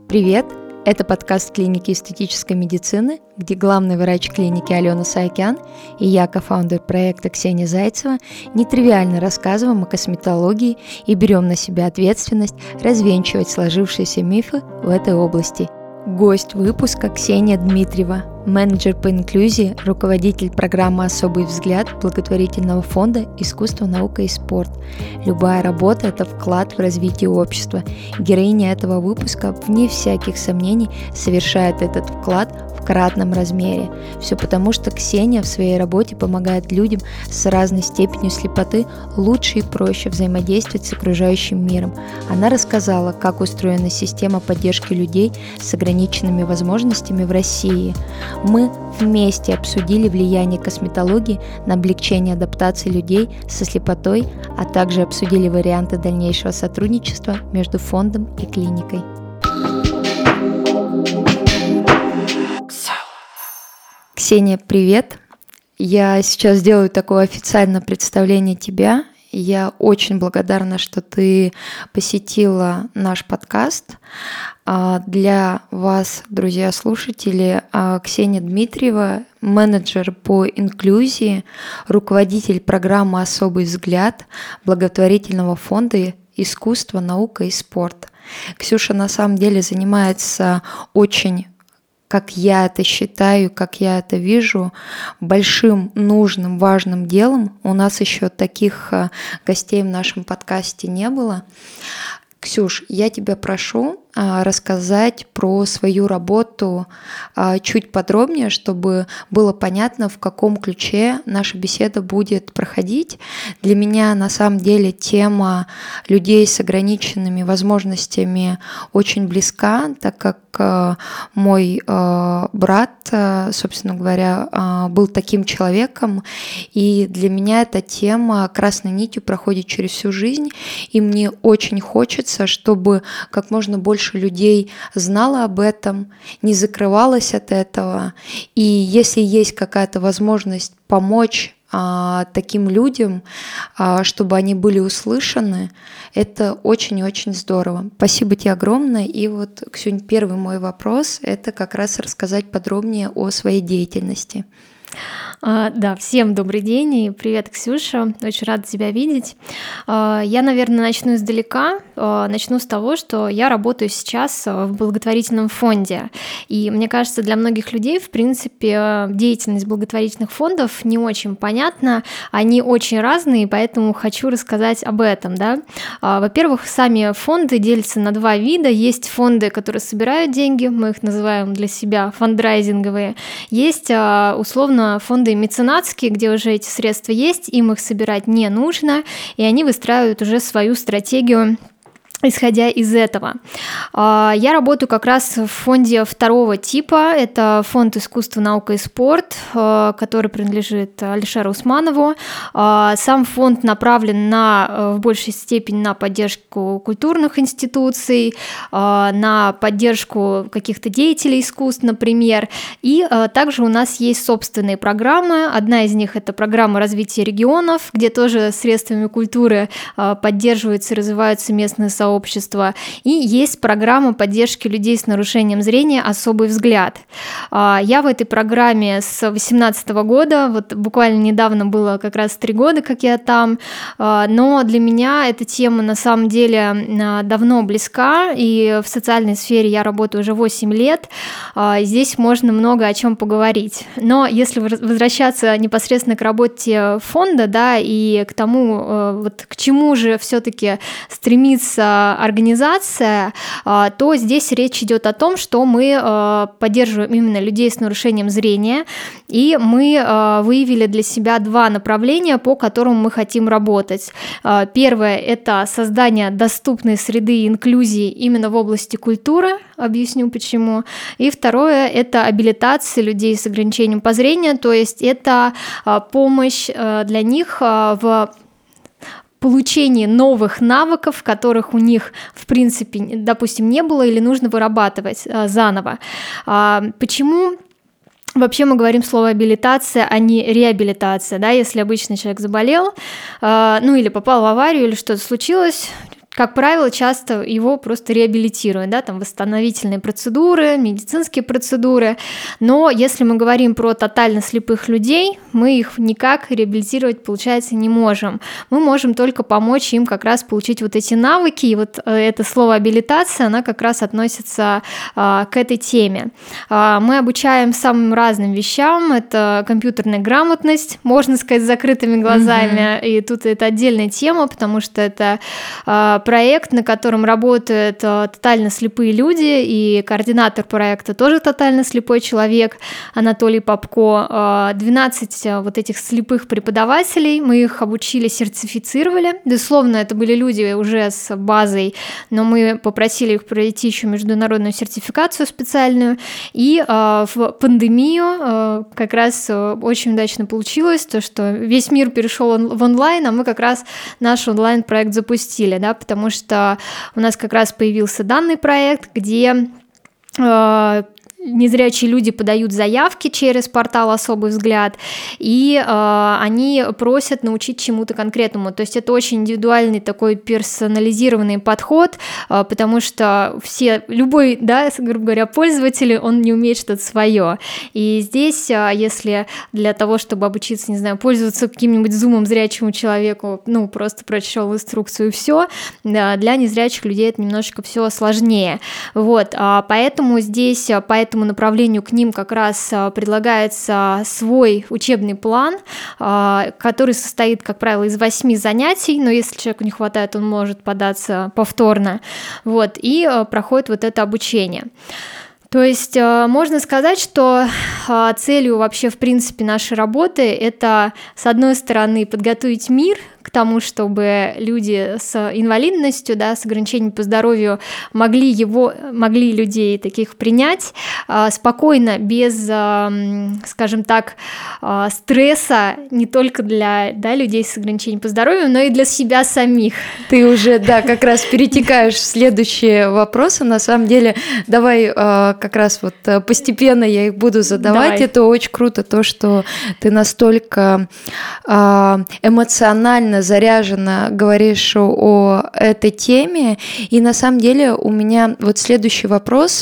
Привет! Это подкаст клиники эстетической медицины, где главный врач клиники Алена Саакян и я, кофаундер проекта Ксения Зайцева, нетривиально рассказываем о косметологии и берем на себя ответственность развенчивать сложившиеся мифы в этой области. Гость выпуска Ксения Дмитриева, менеджер по инклюзии, руководитель программы «Особый взгляд» благотворительного фонда «Искусство, наука и спорт». Любая работа – это вклад в развитие общества. Героиня этого выпуска, вне всяких сомнений, совершает этот вклад в кратном размере. Все потому, что Ксения в своей работе помогает людям с разной степенью слепоты лучше и проще взаимодействовать с окружающим миром. Она рассказала, как устроена система поддержки людей с ограниченными возможностями в России. Мы вместе обсудили влияние косметологии на облегчение адаптации людей со слепотой, а также обсудили варианты дальнейшего сотрудничества между фондом и клиникой. Ксения, привет! Я сейчас сделаю такое официальное представление тебя. Я очень благодарна, что ты посетила наш подкаст. Для вас, друзья-слушатели, Ксения Дмитриева, менеджер по инклюзии, руководитель программы «Особый взгляд» благотворительного фонда «Искусство, наука и спорт». Ксюша на самом деле занимается очень, как я это считаю, как я это вижу, большим, нужным, важным делом. У нас еще таких гостей в нашем подкасте не было. Ксюш, я тебя прошу рассказать про свою работу чуть подробнее, чтобы было понятно, в каком ключе наша беседа будет проходить. Для меня на самом деле тема людей с ограниченными возможностями очень близка, так как мой брат, собственно говоря, был таким человеком, и для меня эта тема красной нитью проходит через всю жизнь, и мне очень хочется, чтобы как можно больше людей знало об этом, не закрывалось от этого. И если есть какая-то возможность помочь таким людям, чтобы они были услышаны, это очень и очень здорово. Спасибо тебе огромное. И вот, Ксюнь, первый мой вопрос – это как раз рассказать подробнее о своей деятельности. Да, всем добрый день и привет, Ксюша, очень рада тебя видеть. Я, наверное, начну издалека, начну с того, что я работаю сейчас в благотворительном фонде, и мне кажется, для многих людей, в принципе, деятельность благотворительных фондов не очень понятна, они очень разные, поэтому хочу рассказать об этом, да. Во-первых, сами фонды делятся на два вида, есть фонды, которые собирают деньги, мы их называем для себя фандрайзинговые, есть условно фонды меценатские, где уже эти средства есть, им их собирать не нужно, и они выстраивают уже свою стратегию, исходя из этого. Я работаю как раз в фонде второго типа, это фонд «Искусство, наука и спорт», который принадлежит Алишеру Усманову. Сам фонд направлен в большей степени на поддержку культурных институций, на поддержку каких-то деятелей искусств, например. И также у нас есть собственные программы. Одна из них – это программа развития регионов, где тоже средствами культуры поддерживаются и развиваются местные сообщества. И есть программа поддержки людей с нарушением зрения «Особый взгляд». Я в этой программе с 2018 года, вот буквально недавно было как раз 3 года, как я там, но для меня эта тема на самом деле давно близка, и в социальной сфере я работаю уже 8 лет, здесь можно много о чем поговорить. Но если возвращаться непосредственно к работе фонда, да, и к тому, вот к чему же все-таки стремится организация, то здесь речь идет о том, что мы поддерживаем именно людей с нарушением зрения, и мы выявили для себя 2 направления, по которым мы хотим работать. Первое – это создание доступной среды инклюзии именно в области культуры, объясню почему. И второе – это абилитация людей с ограничением по зрению, то есть это помощь для них в получении новых навыков, которых у них, в принципе, допустим, не было или нужно вырабатывать заново. Почему вообще мы говорим слово абилитация, а не реабилитация, да, если обычный человек заболел, или попал в аварию, или что-то случилось, как правило, часто его просто реабилитируют, да, там восстановительные процедуры, медицинские процедуры, но если мы говорим про тотально слепых людей, мы их никак реабилитировать, получается, не можем. Мы можем только помочь им как раз получить вот эти навыки, и вот это слово «абилитация», она как раз относится к этой теме. Мы обучаем самым разным вещам, это компьютерная грамотность, можно сказать, с закрытыми глазами, и тут это отдельная тема, потому что это проект, на котором работают тотально слепые люди, и координатор проекта тоже тотально слепой человек, Анатолий Попко. 12 вот этих слепых преподавателей, мы их обучили, сертифицировали. Безусловно, это были люди уже с базой, но мы попросили их пройти еще международную сертификацию специальную, и в пандемию как раз очень удачно получилось то, что весь мир перешел в онлайн, а мы как раз наш онлайн-проект запустили, да, потому что у нас как раз появился данный проект, где незрячие люди подают заявки через портал «Особый взгляд», и они просят научить чему-то конкретному. То есть это очень индивидуальный такой персонализированный подход, потому что любой, да, грубо говоря, пользователь, он не умеет что-то свое. И здесь, если для того, чтобы обучиться, не знаю, пользоваться каким-нибудь зумом зрячему человеку, просто прочел инструкцию и все, да, для незрячих людей это немножечко все сложнее. Вот, поэтому здесь, по этому направлению к ним как раз предлагается свой учебный план, который состоит, как правило, из 8 занятий, но если человеку не хватает, он может податься повторно, вот, и проходит вот это обучение. То есть можно сказать, что целью вообще, в принципе, нашей работы это, с одной стороны, подготовить мир к тому, чтобы люди с инвалидностью, да, с ограничением по здоровью могли людей таких принять спокойно, без, скажем так, стресса не только для, да, людей с ограничением по здоровью, но и для себя самих. Ты уже, да, как раз перетекаешь в следующие вопросы. На самом деле, давай как раз вот постепенно я их буду задавать. Давай. Это очень круто, то, что ты настолько эмоционально заряженно говоришь о этой теме. И на самом деле у меня вот следующий вопрос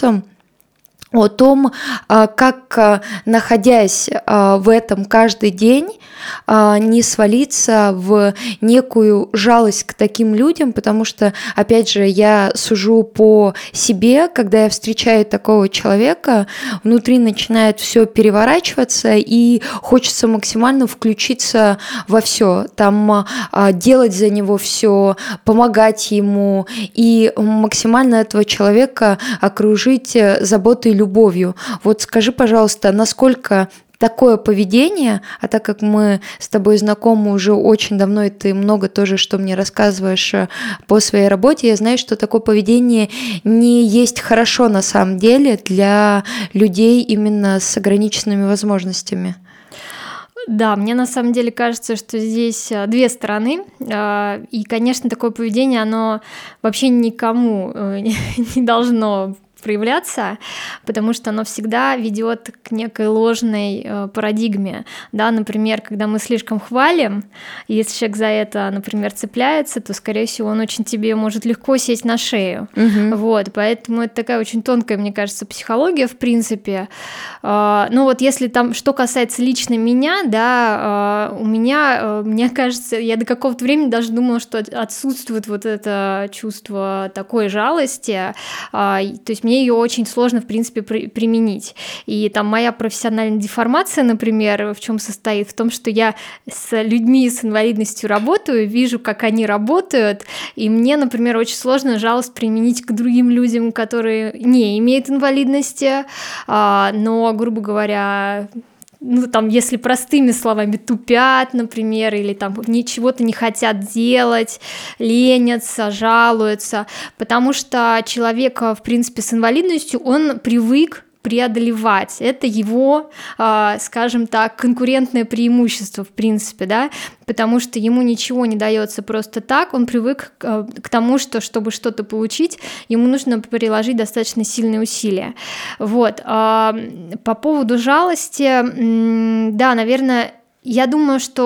о том, как, находясь в этом каждый день, не свалиться в некую жалость к таким людям, потому что, опять же, я сужу по себе, когда я встречаю такого человека, внутри начинает все переворачиваться, и хочется максимально включиться во все, там делать за него все, помогать ему и максимально этого человека окружить заботой и любовью. Вот скажи, пожалуйста, насколько такое поведение, а так как мы с тобой знакомы уже очень давно, и ты много тоже, что мне рассказываешь по своей работе, я знаю, что такое поведение не есть хорошо на самом деле для людей именно с ограниченными возможностями. Да, мне на самом деле кажется, что здесь две стороны, и, конечно, такое поведение, оно вообще никому не должно проявляться, потому что оно всегда ведет к некой ложной парадигме, да, например, когда мы слишком хвалим, и если человек за это, например, цепляется, то, скорее всего, он очень тебе может легко сесть на шею, вот, поэтому это такая очень тонкая, мне кажется, психология, в принципе. Ну вот если там, что касается лично меня, да, у меня, мне кажется, я до какого-то времени даже думала, что отсутствует вот это чувство такой жалости, то есть мне ее очень сложно, в принципе, применить. И там моя профессиональная деформация, например, в чем состоит? В том, что я с людьми с инвалидностью работаю, вижу, как они работают, и мне, например, очень сложно жалость применить к другим людям, которые не имеют инвалидности, но, грубо говоря, ну, там, если простыми словами, тупят, например, или там ничего-то не хотят делать, ленятся, жалуются, потому что человек, в принципе, с инвалидностью, он привык преодолевать. Это его, скажем так, конкурентное преимущество, в принципе, да, потому что ему ничего не дается просто так, он привык к тому, что, чтобы что-то получить, ему нужно приложить достаточно сильные усилия. Вот. По поводу жалости, да, наверное, я думаю, что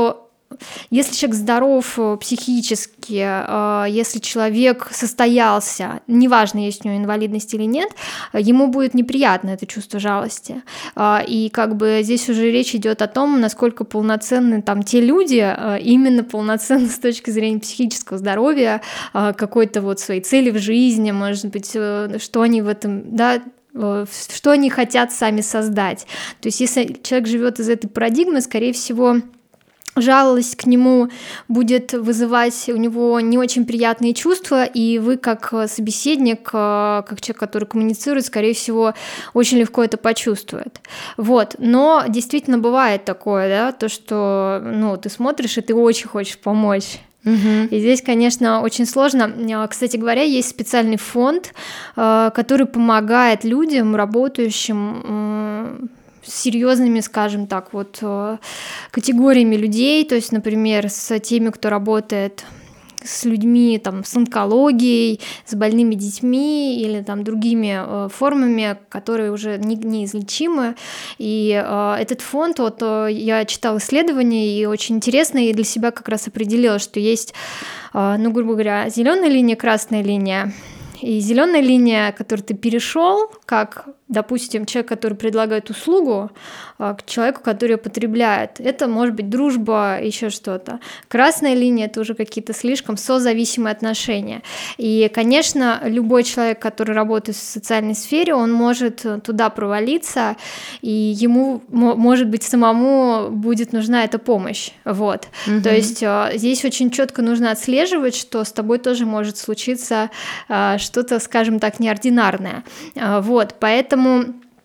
если человек здоров психически, если человек состоялся, неважно, есть у него инвалидность или нет, ему будет неприятно это чувство жалости. И как бы здесь уже речь идет о том, насколько полноценны там те люди, именно полноценны с точки зрения психического здоровья, какой-то вот своей цели в жизни, может быть, что они в этом, да, что они хотят сами создать. То есть если человек живет из этой парадигмы, скорее всего, жалость к нему будет вызывать у него не очень приятные чувства, и вы как собеседник, как человек, который коммуницирует, скорее всего, очень легко это почувствует. Вот. Но действительно бывает такое, да, то, что ты смотришь, и ты очень хочешь помочь. И здесь, конечно, очень сложно. Кстати говоря, есть специальный фонд, который помогает людям, работающим с серьезными, скажем так, вот категориями людей, то есть, например, с теми, кто работает с людьми там, с онкологией, с больными детьми или там, другими формами, которые уже неизлечимы. И этот фонд, вот я читала исследования, и очень интересно, и для себя как раз определила, что есть, грубо говоря, зеленая линия, красная линия. И зеленая линия, которую ты перешел, как, допустим, человек, который предлагает услугу, к человеку, который ее потребляет. Это может быть дружба, еще что-то. Красная линия — это уже какие-то слишком созависимые отношения. И, конечно, любой человек, который работает в социальной сфере, он может туда провалиться, и ему, может быть, самому будет нужна эта помощь. Вот. То есть здесь очень четко нужно отслеживать, что с тобой тоже может случиться что-то, скажем так, неординарное. Вот. Поэтому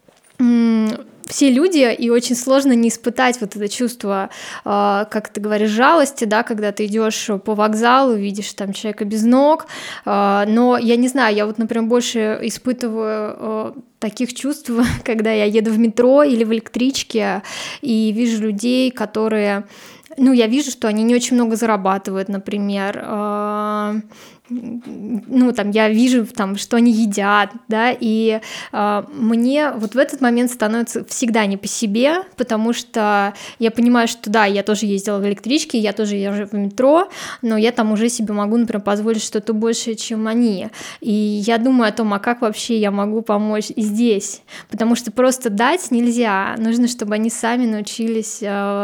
все люди, и очень сложно не испытать вот это чувство, как ты говоришь, жалости, да, когда ты идешь по вокзалу, видишь там человека без ног, но я не знаю, я вот, например, больше испытываю таких чувств, когда я еду в метро или в электричке и вижу людей, которые, я вижу, что они не очень много зарабатывают, например, я вижу, что они едят, да, и мне вот в этот момент становится всегда не по себе, потому что я понимаю, что да, я тоже ездила в электричке, я тоже езжу в метро, но я там уже себе могу, например, позволить что-то большее, чем они, и я думаю о том, а как вообще я могу помочь и здесь, потому что просто дать нельзя, нужно, чтобы они сами научились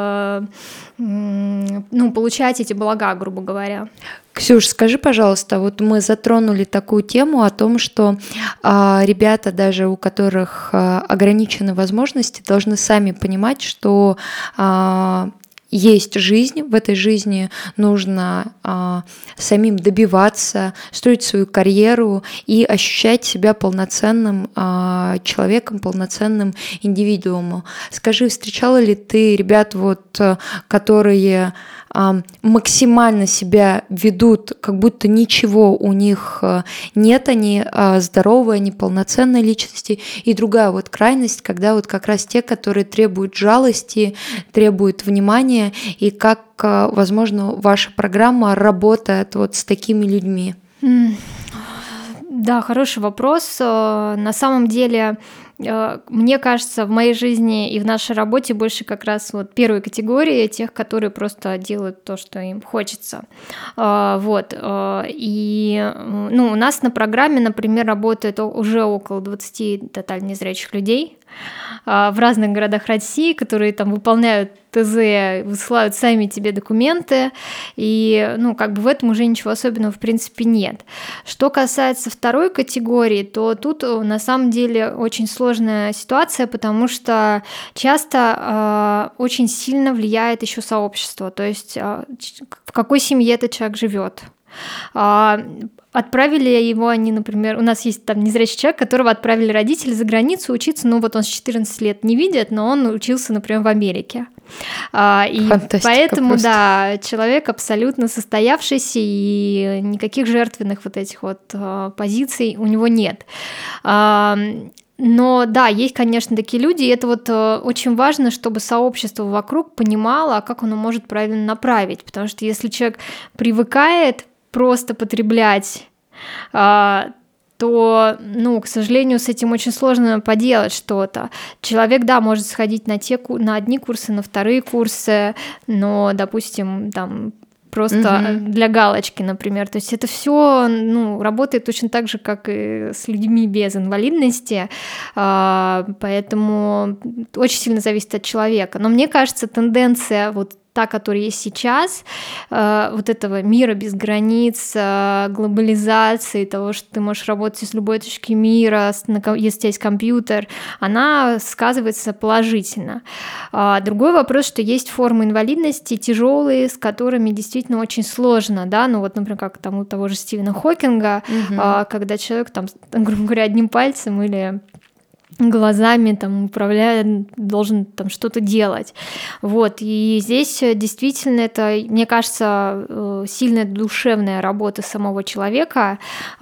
получать эти блага, грубо говоря. Ксюш, скажи, пожалуйста, вот мы затронули такую тему о том, что ребята, даже у которых ограничены возможности, должны сами понимать, что есть жизнь, в этой жизни нужно самим добиваться, строить свою карьеру и ощущать себя полноценным человеком, полноценным индивидуумом. Скажи, встречала ли ты ребят, которые максимально себя ведут, как будто ничего у них нет, они здоровые, они полноценные личности, и другая вот крайность, когда вот как раз те, которые требуют жалости, требуют внимания, и как, возможно, ваша программа работает вот с такими людьми? Да, хороший вопрос. На самом деле, мне кажется, в моей жизни и в нашей работе больше как раз вот первой категории тех, которые просто делают то, что им хочется. И у нас на программе, например, работает уже около 20 тотально незрячих людей в разных городах России, которые там выполняют ТЗ, высылают сами тебе документы, и в этом уже ничего особенного в принципе нет. Что касается второй категории, то тут на самом деле очень сложная ситуация, потому что часто очень сильно влияет еще сообщество, то есть в какой семье этот человек живет. Отправили его они, например, у нас есть там незрячий человек, которого отправили родители за границу учиться, он с 14 лет не видит, но он учился, например, в Америке. И поэтому, просто. Да, человек абсолютно состоявшийся, и никаких жертвенных вот этих вот позиций у него нет. Но да, есть, конечно, такие люди, и это вот очень важно, чтобы сообщество вокруг понимало, как оно может правильно направить, потому что если человек привыкает просто потреблять, то что, к сожалению, с этим очень сложно поделать что-то. Человек, да, может сходить на одни курсы, на вторые курсы, но, допустим, там просто для галочки, например. То есть это все работает точно так же, как и с людьми без инвалидности, поэтому очень сильно зависит от человека. Но мне кажется, тенденция вот та, которая есть сейчас, вот этого мира без границ, глобализации, того, что ты можешь работать из любой точки мира, если у тебя есть компьютер, она сказывается положительно. Другой вопрос, что есть формы инвалидности тяжелые, с которыми действительно очень сложно, да, например, как там у того же Стивена Хокинга, когда человек там, грубо говоря, одним пальцем или глазами там управляя, должен там что-то делать. Вот. И здесь действительно это, мне кажется, сильная душевная работа самого человека,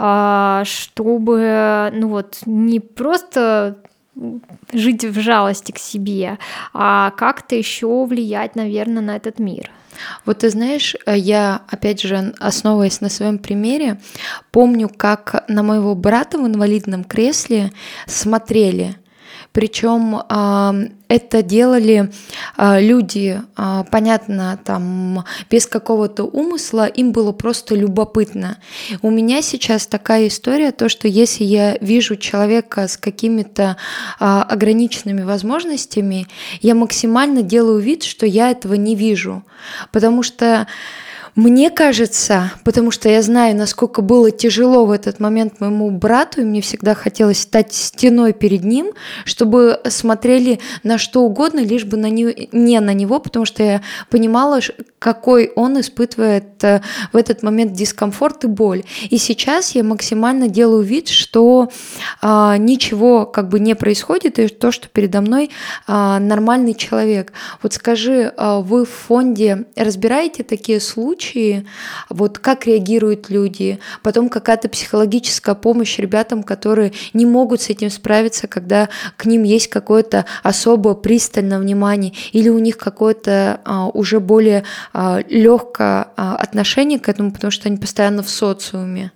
чтобы не просто жить в жалости к себе, а как-то еще влиять, наверное, на этот мир. Вот ты знаешь, я, опять же, основываясь на своем примере, помню, как на моего брата в инвалидном кресле смотрели. Причем это делали люди, понятно, там, без какого-то умысла, им было просто любопытно. У меня сейчас такая история, то, что если я вижу человека с какими-то ограниченными возможностями, я максимально делаю вид, что я этого не вижу, потому что мне кажется, потому что я знаю, насколько было тяжело в этот момент моему брату, и мне всегда хотелось стать стеной перед ним, чтобы смотрели на что угодно, лишь бы не на него, потому что я понимала, какой он испытывает в этот момент дискомфорт и боль. И сейчас я максимально делаю вид, что ничего как бы не происходит, и то, что передо мной нормальный человек. Вот скажи, вы в фонде разбираете такие случаи? Вот как реагируют люди, потом какая-то психологическая помощь ребятам, которые не могут с этим справиться, когда к ним есть какое-то особое пристальное внимание, или у них какое-то уже более легкое отношение к этому, потому что они постоянно в социуме.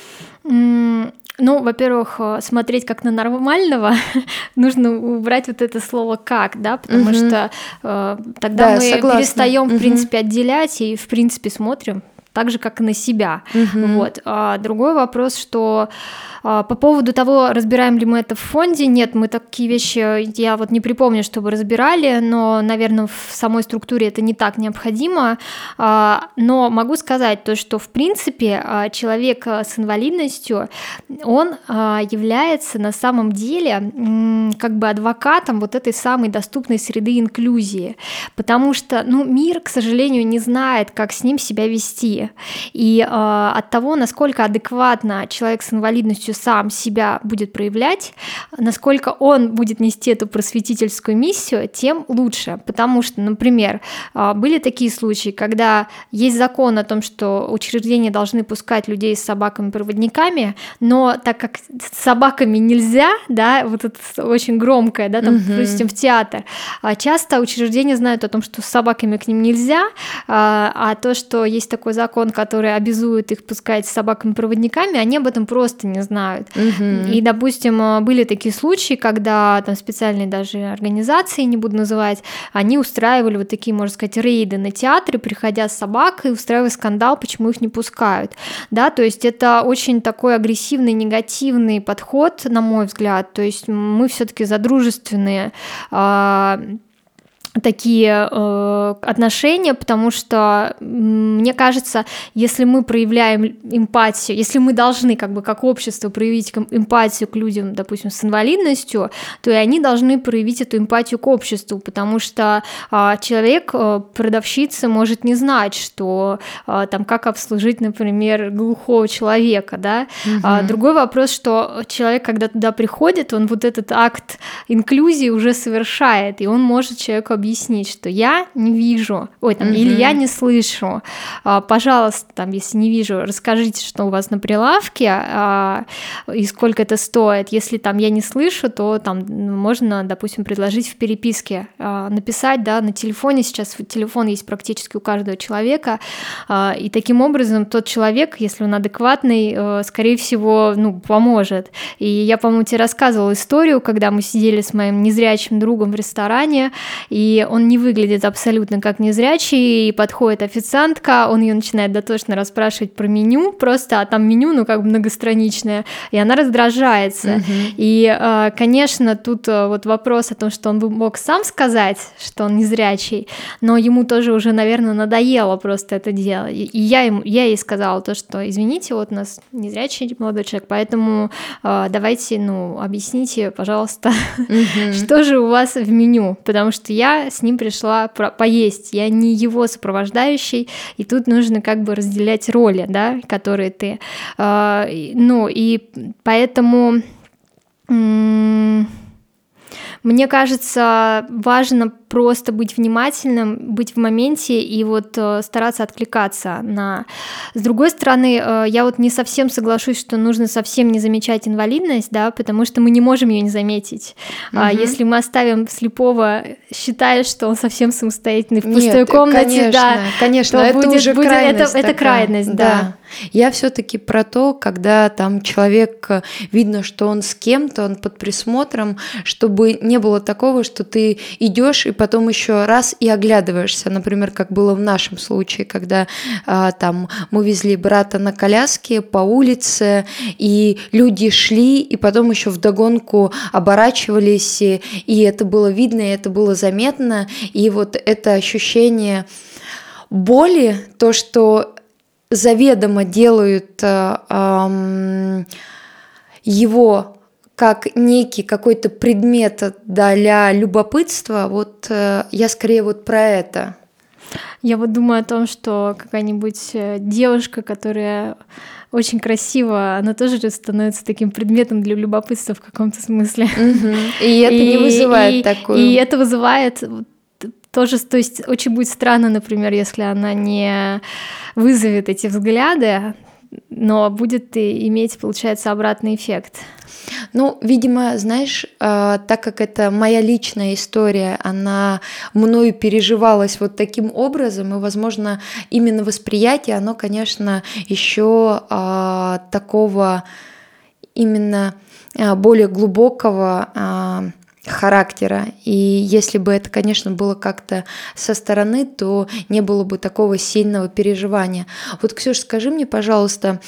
Во-первых, смотреть как на нормального, нужно убрать вот это слово «как», да, потому что тогда мы перестаем, в принципе, отделять и, в принципе, смотрим так же, как и на себя. Вот. Другой вопрос, что по поводу того, разбираем ли мы это в фонде, нет, мы такие вещи, я вот не припомню, чтобы разбирали, но, наверное, в самой структуре это не так необходимо, но могу сказать то, что, в принципе, человек с инвалидностью, он является на самом деле как бы адвокатом вот этой самой доступной среды инклюзии, потому что, мир, к сожалению, не знает, как с ним себя вести, и от того, насколько адекватно человек с инвалидностью сам себя будет проявлять, насколько он будет нести эту просветительскую миссию, тем лучше. Потому что, например, были такие случаи, когда есть закон о том, что учреждения должны пускать людей с собаками-проводниками, но так как с собаками нельзя, да, вот это очень громкое, да, там, допустим, в театр, часто учреждения знают о том, что с собаками к ним нельзя, а то, что есть такой закон, который обязует их пускать с собаками-проводниками, они об этом просто не знают. И, допустим, были такие случаи, когда там специальные даже организации, не буду называть, они устраивали вот такие, можно сказать, рейды на театры, приходя с собакой, устраивая скандал, почему их не пускают. Да, то есть это очень такой агрессивный, негативный подход, на мой взгляд. То есть мы все-таки за дружественные такие отношения, потому что, мне кажется, если мы проявляем эмпатию, если мы должны как общество проявить эмпатию к людям, допустим, с инвалидностью, то и они должны проявить эту эмпатию к обществу, потому что человек, продавщица, может не знать, что там как обслужить, например, глухого человека, да. Другой вопрос, что человек, когда туда приходит, он вот этот акт инклюзии уже совершает, и он может человеку объяснить, что я не вижу, или я не слышу, пожалуйста, там, если не вижу, расскажите, что у вас на прилавке и сколько это стоит. Если там я не слышу, то там можно, допустим, предложить в переписке написать, да, на телефоне. Сейчас телефон есть практически у каждого человека, и таким образом тот человек, если он адекватный, скорее всего, поможет. И я, по-моему, тебе рассказывала историю, когда мы сидели с моим незрячим другом в ресторане, и он не выглядит абсолютно как незрячий, и подходит официантка, он ее начинает дотошно расспрашивать про меню, просто, а там меню, многостраничное, и она раздражается. И, конечно, тут вот вопрос о том, что он бы мог сам сказать, что он незрячий, но ему тоже уже, наверное, надоело просто это дело. И я ей сказала то, что, извините, вот у нас незрячий молодой человек, поэтому давайте, объясните, пожалуйста, что же у вас в меню, потому что я с ним пришла поесть, я не его сопровождающий, и тут нужно как бы разделять роли, да, которые ты, и поэтому мне кажется, важно просто быть внимательным, быть в моменте и вот стараться откликаться на... С другой стороны, я вот не совсем соглашусь, что нужно совсем не замечать инвалидность, да, потому что мы не можем ее не заметить. Если мы оставим слепого, считая, что он совсем самостоятельный в пустой комнате, конечно, это уже крайность. Это крайность, да. Я все-таки про то, когда там человек, видно, что он с кем-то, он под присмотром, чтобы не было такого, что ты идешь и потом еще раз и оглядываешься, например, как было в нашем случае, когда там мы везли брата на коляске по улице, и люди шли, и потом еще вдогонку оборачивались, и это было видно, и это было заметно, и вот это ощущение боли, то, что заведомо делают его как некий какой-то предмет для любопытства, вот я скорее вот про это. Я вот думаю о том, что какая-нибудь девушка, которая очень красива, она тоже становится таким предметом для любопытства в каком-то смысле. И это не вызывает такую... И это вызывает... Тоже, то есть очень будет странно, например, если она не вызовет эти взгляды, но будет иметь, получается, обратный эффект. Видимо, знаешь, так как это моя личная история, она мною переживалась вот таким образом, и, возможно, именно восприятие, оно, конечно, еще такого именно более глубокого характера. И если бы это, конечно, было как-то со стороны, то не было бы такого сильного переживания. Вот, Ксюш, скажи мне, пожалуйста,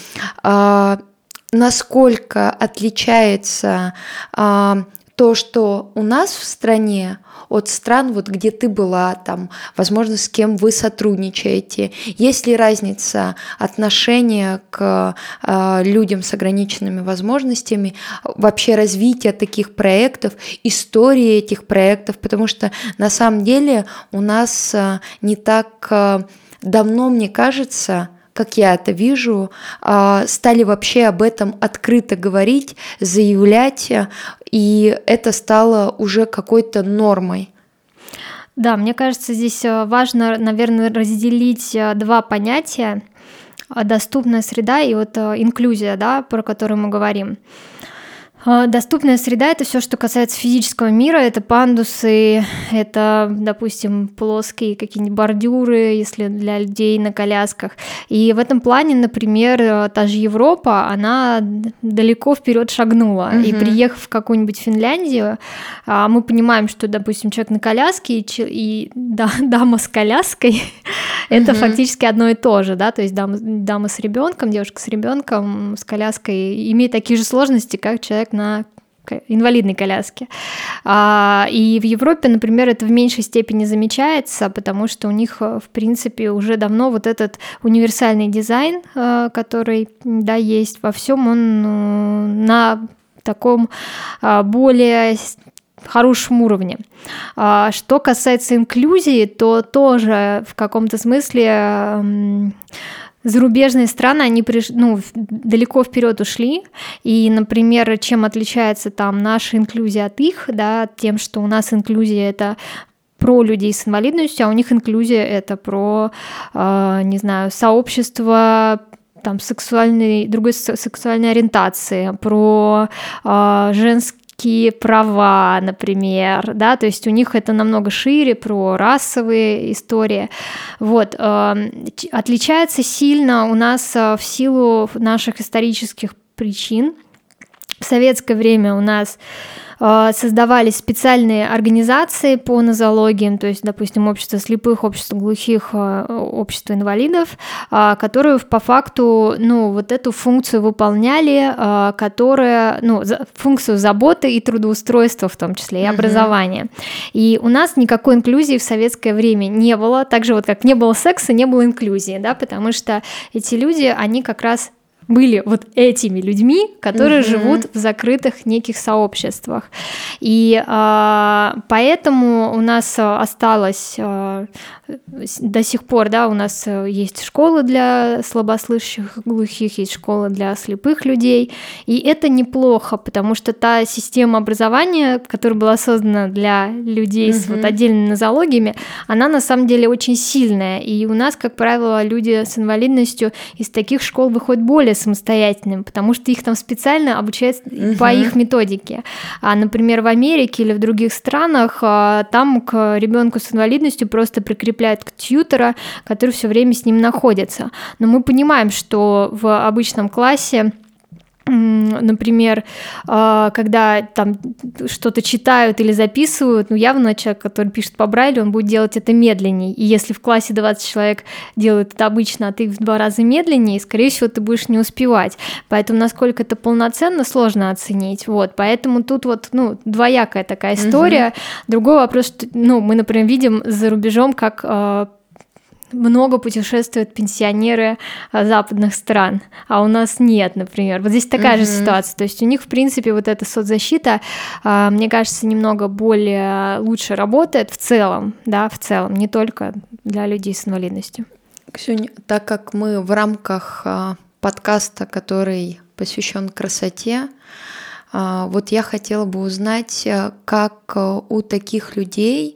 насколько отличается то, что у нас в стране, от стран, вот где ты была, там, возможно, с кем вы сотрудничаете? Есть ли разница отношения к людям с ограниченными возможностями, вообще развития таких проектов, истории этих проектов? Потому что на самом деле у нас не так давно, мне кажется, как я это вижу, стали вообще об этом открыто говорить, заявлять, и это стало уже какой-то нормой. Да, мне кажется, здесь важно, наверное, разделить два понятия: доступная среда и вот инклюзия, да, про которую мы говорим. Доступная среда — это все, что касается физического мира, это пандусы, это, допустим, плоские какие-нибудь бордюры, если для людей на колясках. И в этом плане, например, та же Европа, она далеко вперед шагнула. И приехав в какую-нибудь Финляндию, мы понимаем, что, допустим, человек на коляске и дама с коляской — это фактически одно и то же, да, то есть дама с ребенком, девушка с ребенком, с коляской имеет такие же сложности, как человек на инвалидной коляске. И в Европе, например, это в меньшей степени замечается, потому что у них, в принципе, уже давно вот этот универсальный дизайн, который, да, есть во всем, он на таком более хорошем уровне. Что касается инклюзии, то тоже в каком-то смысле зарубежные страны, они далеко вперед ушли, и, например, чем отличается там наша инклюзия от их, да, тем, что у нас инклюзия — это про людей с инвалидностью, а у них инклюзия — это про, не знаю, сообщество там другой сексуальной ориентации, про женские права, например, да, то есть у них это намного шире, про расовые истории. Вот. Отличается сильно у нас в силу наших исторических причин. В советское время у нас создавались специальные организации по нозологиям, то есть, допустим, общество слепых, общество глухих, общество инвалидов, которые по факту, вот эту функцию выполняли, которая, функцию заботы и трудоустройства в том числе, и образования. И у нас никакой инклюзии в советское время не было, так же вот как не было секса, не было инклюзии, да, потому что эти люди, они как раз были вот этими людьми, которые живут в закрытых неких сообществах. И поэтому у нас осталось до сих пор, да, у нас есть школы для слабослышащих, глухих, есть школы для слепых людей, и это неплохо, потому что та система образования, которая была создана для людей с вот отдельными нозологиями, она на самом деле очень сильная, и у нас, как правило, люди с инвалидностью из таких школ выходят более самостоятельными, потому что их там специально обучают по их методике. А, например, в Америке или в других странах там к ребенку с инвалидностью просто прикрепляют тьютера, который все время с ним находится. Но мы понимаем, что в обычном классе, например, когда там что-то читают или записывают, явно человек, который пишет по Брайлю, он будет делать это медленнее. И если в классе 20 человек делают это обычно, а ты в 2 раза медленнее, скорее всего, ты будешь не успевать. Поэтому насколько это полноценно, сложно оценить. Вот. Поэтому тут двоякая такая история. Другой вопрос, что мы, например, видим за рубежом, как много путешествуют пенсионеры западных стран, а у нас нет, например. Вот здесь такая же ситуация. То есть у них, в принципе, вот эта соцзащита, мне кажется, немного более лучше работает в целом, не только для людей с инвалидностью. Ксюня, так как мы в рамках подкаста, который посвящен красоте, вот я хотела бы узнать, как у таких людей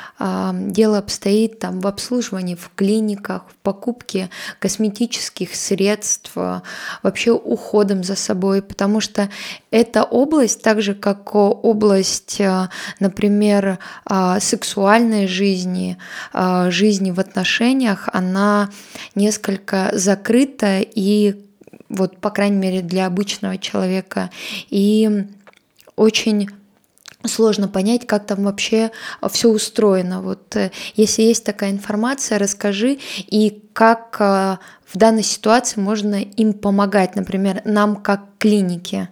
дело обстоит там в обслуживании, в клиниках, в покупке косметических средств, вообще уходом за собой, потому что эта область, так же как область, например, сексуальной жизни, жизни в отношениях, она несколько закрыта и вот, по крайней мере, для обычного человека, и очень сложно понять, как там вообще все устроено. Вот если есть такая информация, расскажи, и как в данной ситуации можно им помогать, например, нам как клинике.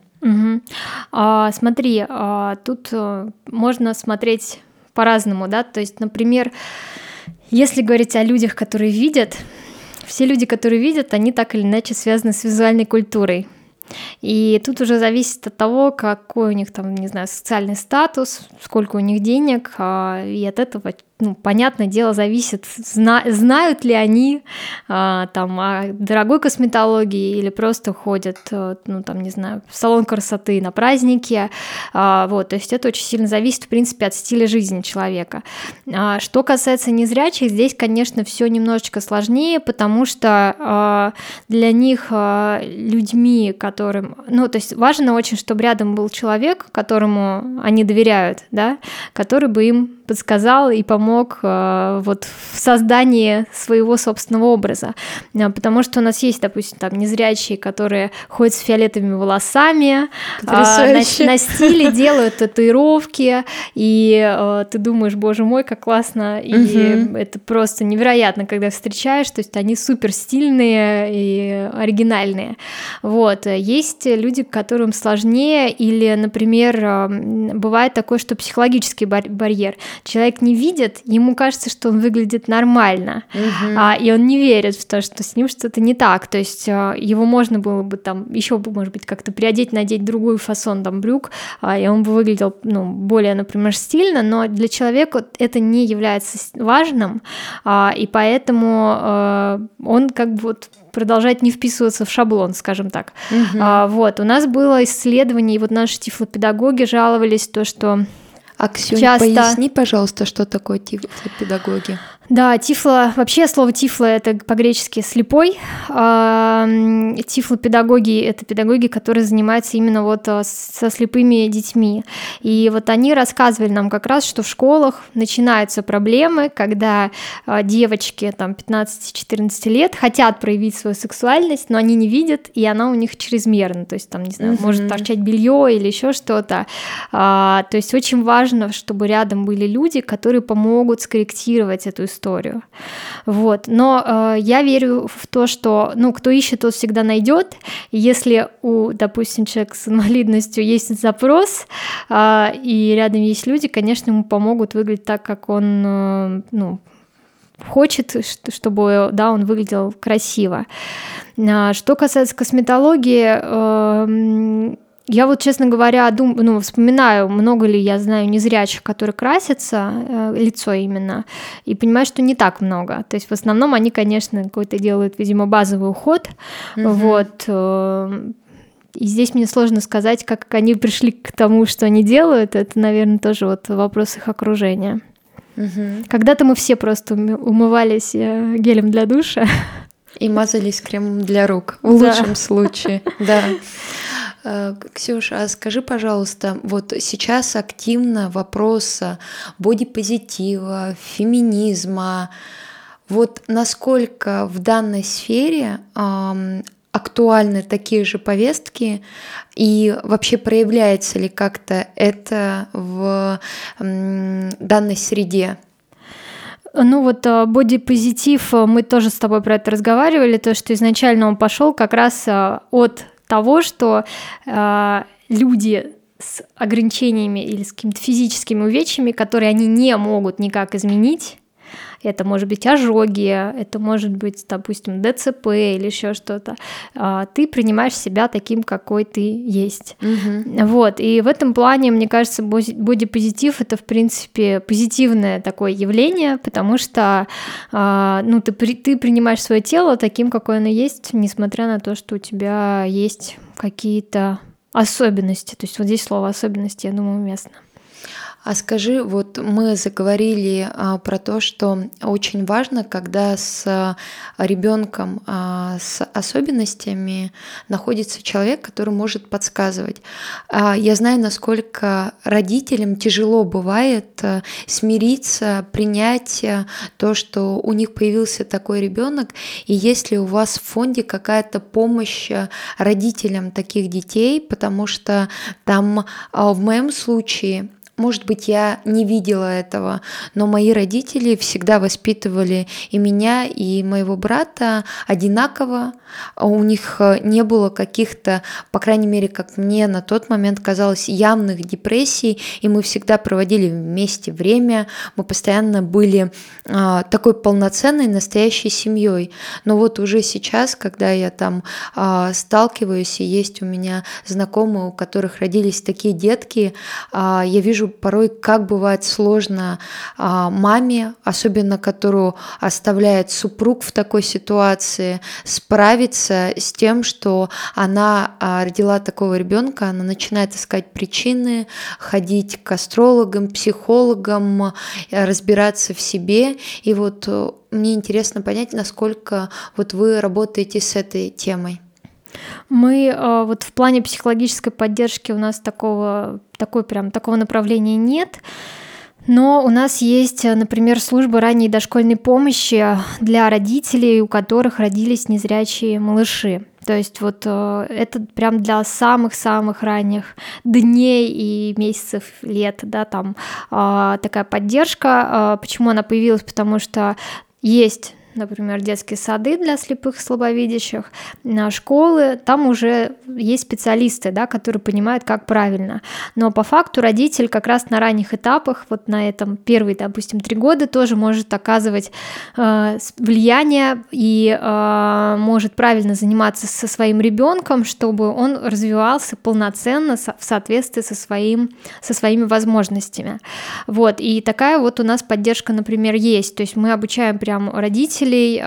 Смотри, тут можно смотреть по-разному, да, то есть, например, если говорить о людях, которые видят, все люди, которые видят, они так или иначе связаны с визуальной культурой. И тут уже зависит от того, какой у них там, не знаю, социальный статус, сколько у них денег, и от этого, понятное дело, зависит, знают ли они там о дорогой косметологии или просто ходят, не знаю, в салон красоты на праздники, вот, то есть это очень сильно зависит, в принципе, от стиля жизни человека. Что касается незрячих, здесь, конечно, все немножечко сложнее, потому что для них людьми, которым, то есть важно очень, чтобы рядом был человек, которому они доверяют, да, который бы им подсказал и помог вот в создании своего собственного образа. Потому что у нас есть, допустим, там незрячие, которые ходят с фиолетовыми волосами, на стиле делают татуировки, и ты думаешь, боже мой, как классно, и это просто невероятно, когда встречаешь, то есть они супер стильные и оригинальные. Вот. Есть люди, которым сложнее, или, например, бывает такое, что психологический барьер. Человек не видит, ему кажется, что он выглядит нормально, и он не верит в то, что с ним что-то не так. То есть его можно было бы там еще, может быть, как-то приодеть, надеть другой фасон там брюк, и он бы выглядел более, например, стильно, но для человека это не является важным, и поэтому он как бы вот продолжать не вписываться в шаблон, скажем так. Вот, у нас было исследование, и вот наши тифлопедагоги жаловались, то, что Ксюнь, часто... поясни, пожалуйста, что такое тифлопедагоги. Да, вообще слово тифло — это по-гречески «слепой». Тифлопедагоги — это педагоги, которые занимаются именно вот со слепыми детьми. И вот они рассказывали нам как раз, что в школах начинаются проблемы, когда девочки там 15-14 лет хотят проявить свою сексуальность, но они не видят, и она у них чрезмерна. То есть там, не знаю, может торчать белье или еще что-то. То есть очень важно, чтобы рядом были люди, которые помогут скорректировать эту историю. Вот. Но я верю в то, что кто ищет, тот всегда найдет. И если допустим, человека с инвалидностью есть запрос, и рядом есть люди, конечно, ему помогут выглядеть так, как он хочет, чтобы он выглядел красиво. Что касается косметологии, я вот, честно говоря, вспоминаю, много ли я знаю незрячих, которые красятся, лицо именно, и понимаю, что не так много. То есть в основном они, конечно, какой-то делают, видимо, базовый уход. Вот. И здесь мне сложно сказать, как они пришли к тому, что они делают. Это, наверное, тоже вот вопрос их окружения. Когда-то мы все просто умывались гелем для душа. И мазались кремом для рук, в лучшем случае, да. Ксюша, а скажи, пожалуйста, вот сейчас активно вопрос бодипозитива, феминизма. Вот насколько в данной сфере актуальны такие же повестки, и вообще проявляется ли как-то это в данной среде? Бодипозитив, мы тоже с тобой про это разговаривали, то, что изначально он пошел как раз от того, что люди с ограничениями или с какими-то физическими увечьями, которые они не могут никак изменить, это может быть ожоги, это может быть, допустим, ДЦП или еще что-то, ты принимаешь себя таким, какой ты есть. Вот, и в этом плане, мне кажется, бодипозитив — это, в принципе, позитивное такое явление, потому что ты принимаешь свое тело таким, какое оно есть, несмотря на то, что у тебя есть какие-то особенности. То есть вот здесь слово «особенности», я думаю, уместно. А скажи, вот мы заговорили про то, что очень важно, когда с ребенком с особенностями находится человек, который может подсказывать. Я знаю, насколько родителям тяжело бывает смириться, принять то, что у них появился такой ребенок, и есть ли у вас в фонде какая-то помощь родителям таких детей, потому что там в моем случае, может быть, я не видела этого, но мои родители всегда воспитывали и меня, и моего брата одинаково. У них не было каких-то, по крайней мере, как мне на тот момент казалось, явных депрессий, и мы всегда проводили вместе время, мы постоянно были такой полноценной, настоящей семьей. Но вот уже сейчас, когда я там сталкиваюсь, и есть у меня знакомые, у которых родились такие детки, я вижу порой, как бывает сложно маме, особенно которую оставляет супруг в такой ситуации, справиться с тем, что она родила такого ребенка, она начинает искать причины, ходить к астрологам, психологам, разбираться в себе. И вот мне интересно понять, насколько вот вы работаете с этой темой. Мы вот в плане психологической поддержки у нас такого направления нет, но у нас есть, например, служба ранней дошкольной помощи для родителей, у которых родились незрячие малыши. То есть вот это прям для самых-самых ранних дней и месяцев, лет, да, там такая поддержка. Почему она появилась? Потому что есть, например, детские сады для слепых и слабовидящих, школы, там уже есть специалисты, да, которые понимают, как правильно. Но по факту родитель как раз на ранних этапах, вот на этом первые, допустим, 3 года тоже может оказывать влияние и может правильно заниматься со своим ребенком, чтобы он развивался полноценно в соответствии со своими возможностями. Вот, и такая вот у нас поддержка, например, есть. То есть мы обучаем прям родителей родителей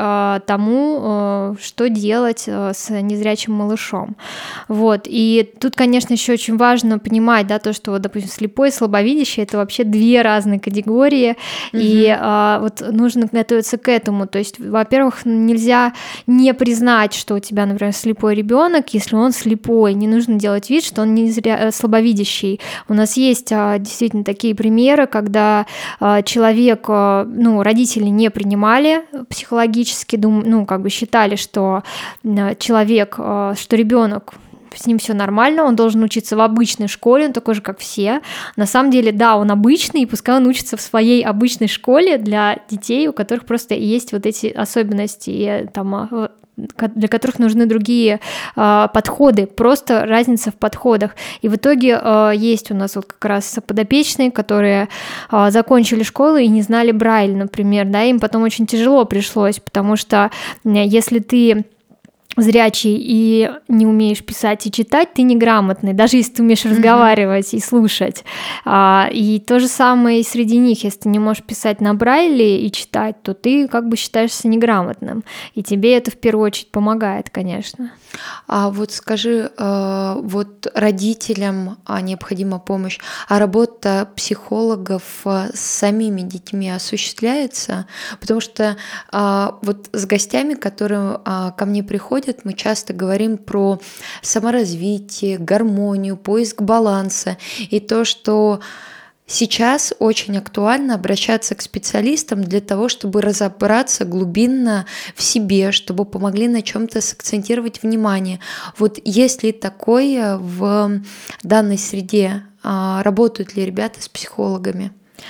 тому, что делать с незрячим малышом. Вот. И тут, конечно, еще очень важно понимать, да, то, что, вот, допустим, слепой и слабовидящий — это вообще две разные категории, и вот нужно готовиться к этому. То есть, во-первых, нельзя не признать, что у тебя, например, слепой ребенок, если он слепой. Не нужно делать вид, что он слабовидящий. У нас есть действительно такие примеры, когда человек, родители не принимали психологически, считали, что человек, что ребенок, с ним все нормально, он должен учиться в обычной школе, он такой же, как все. На самом деле, да, он обычный, и пускай он учится в своей обычной школе для детей, у которых просто есть вот эти особенности, и, там, для которых нужны другие подходы, просто разница в подходах. И в итоге есть у нас вот как раз подопечные, которые закончили школу и не знали Брайль, например, да, им потом очень тяжело пришлось, потому что если ты зрячий и не умеешь писать и читать, ты неграмотный, даже если ты умеешь разговаривать и слушать. И то же самое и среди них. Если ты не можешь писать на Брайле и читать, то ты как бы считаешься неграмотным. И тебе это в первую очередь помогает, конечно. А вот скажи, вот родителям необходима помощь, а работа психологов с самими детьми осуществляется? Потому что вот с гостями, которые ко мне приходят, мы часто говорим про саморазвитие, гармонию, поиск баланса и то, что сейчас очень актуально обращаться к специалистам для того, чтобы разобраться глубинно в себе, чтобы помогли на чем-то сакцентировать внимание. Вот есть ли такое в данной среде? Работают ли ребята с психологами?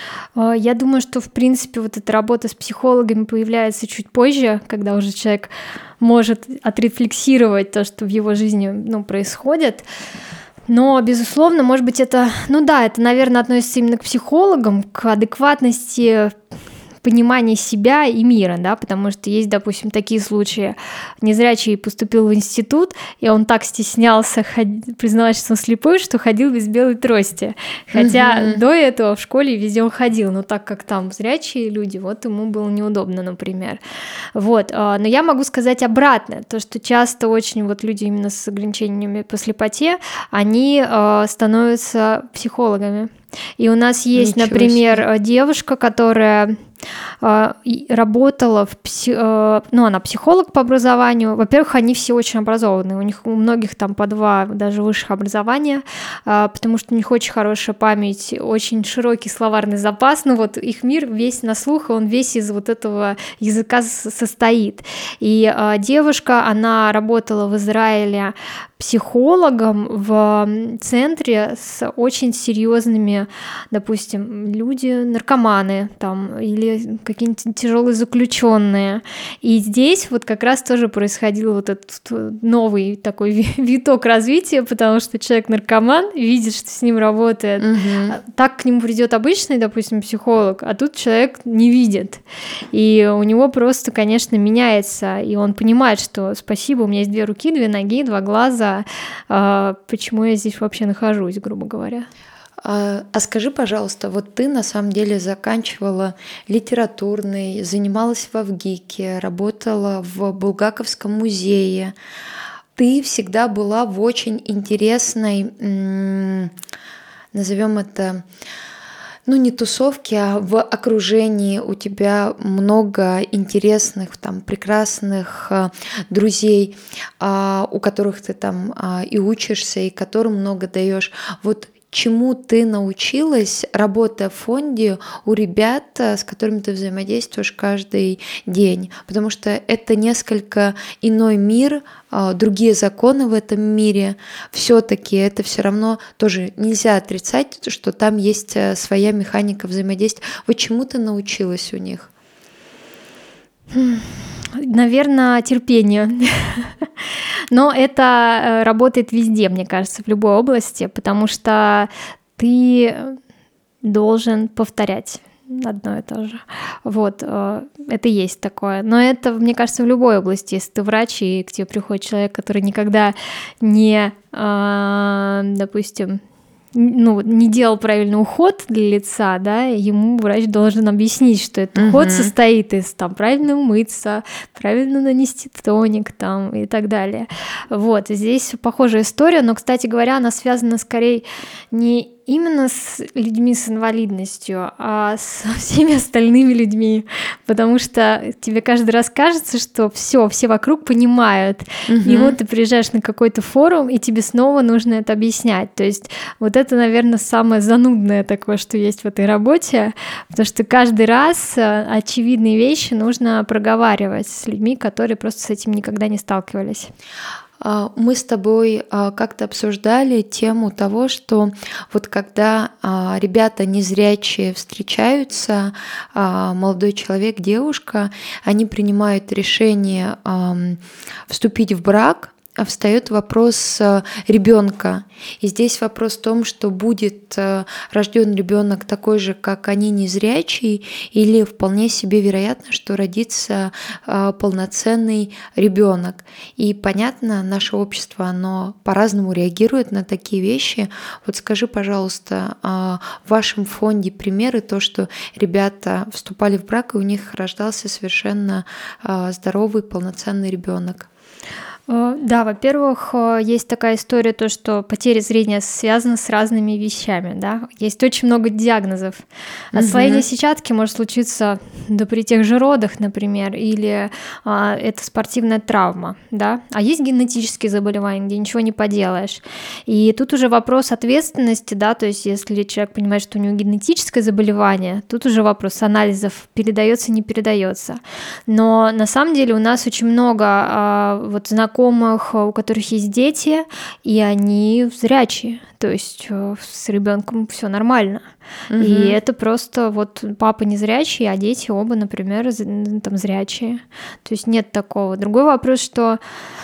Я думаю, что, в принципе, вот эта работа с психологами появляется чуть позже, когда уже человек может отрефлексировать то, что в его жизни происходит. Но, безусловно, может быть, это, это, наверное, относится именно к психологам, к адекватности понимания себя и мира, да, потому что есть, допустим, такие случаи. Незрячий поступил в институт, и он так стеснялся признавать, что он слепой, что ходил без белой трости. Хотя до этого в школе везде он ходил, но так как там зрячие люди, вот ему было неудобно, например. Вот. Но я могу сказать обратное, то, что часто очень вот люди именно с ограничениями по слепоте, они становятся психологами. И у нас есть, например, девушка, которая работала она психолог по образованию. Во-первых, они все очень образованные, у многих там по 2 даже высших образования, потому что у них очень хорошая память, очень широкий словарный запас, вот их мир весь на слух, и он весь из вот этого языка состоит. И девушка, она работала в Израиле психологом в центре с очень серьезными, допустим, наркоманы там, или какие-нибудь тяжелые заключенные. И здесь вот как раз тоже происходил вот этот новый такой виток развития, потому что человек-наркоман видит, что с ним работает. Так к нему придет обычный, допустим, психолог, а тут человек не видит. И у него просто, конечно, меняется, и он понимает, что спасибо, у меня есть 2 руки, 2 ноги, 2 глаза, почему я здесь вообще нахожусь, грубо говоря. А скажи, пожалуйста, вот ты на самом деле заканчивала литературный, занималась в ВГИКе, работала в Булгаковском музее. Ты всегда была в очень интересной, назовем это, не тусовки, а в окружении. У тебя много интересных, там, прекрасных друзей, у которых ты там и учишься, и которым много даешь. Вот чему ты научилась, работая в фонде у ребят, с которыми ты взаимодействуешь каждый день? Потому что это несколько иной мир, другие законы в этом мире. Все-таки это все равно тоже нельзя отрицать, что там есть своя механика взаимодействия. Вот чему ты научилась у них? Наверное, терпению. Но это работает везде, мне кажется, в любой области, потому что ты должен повторять одно и то же. Вот, это есть такое. Но это, мне кажется, в любой области. Если ты врач, и к тебе приходит человек, который никогда не, допустим, не делал правильный уход для лица, да, ему врач должен объяснить, что этот уход состоит из правильно умыться, правильно нанести тоник и так далее. Вот, здесь похожая история, но, кстати говоря, она связана скорее не именно с людьми с инвалидностью, а со всеми остальными людьми, потому что тебе каждый раз кажется, что все вокруг понимают, и вот ты приезжаешь на какой-то форум, и тебе снова нужно это объяснять. То есть вот это, наверное, самое занудное такое, что есть в этой работе, потому что каждый раз очевидные вещи нужно проговаривать с людьми, которые просто с этим никогда не сталкивались. Мы с тобой как-то обсуждали тему того, что вот когда ребята незрячие встречаются, молодой человек, девушка, они принимают решение вступить в брак, встает вопрос ребенка. И здесь вопрос в том, что будет рожден ребенок такой же, как они, незрячий, или вполне себе вероятно, что родится полноценный ребенок. И понятно, наше общество, оно по-разному реагирует на такие вещи. Вот скажи, пожалуйста, в вашем фонде примеры, то, что ребята вступали в брак, и у них рождался совершенно здоровый, полноценный ребенок. Да, во-первых, есть такая история, то, что потеря зрения связана с разными вещами, да, есть очень много диагнозов. Отслоение сетчатки может случиться при тех же родах, например, или это спортивная травма, да, а есть генетические заболевания, где ничего не поделаешь. И тут уже вопрос ответственности, да, то есть если человек понимает, что у него генетическое заболевание, тут уже вопрос анализов, передается, не передается. Но на самом деле у нас очень много знакомых, у которых есть дети, и они зрячие, то есть с ребенком все нормально. И это просто папа незрячий, а дети оба, например, зрячие. То есть нет такого. Другой вопрос, что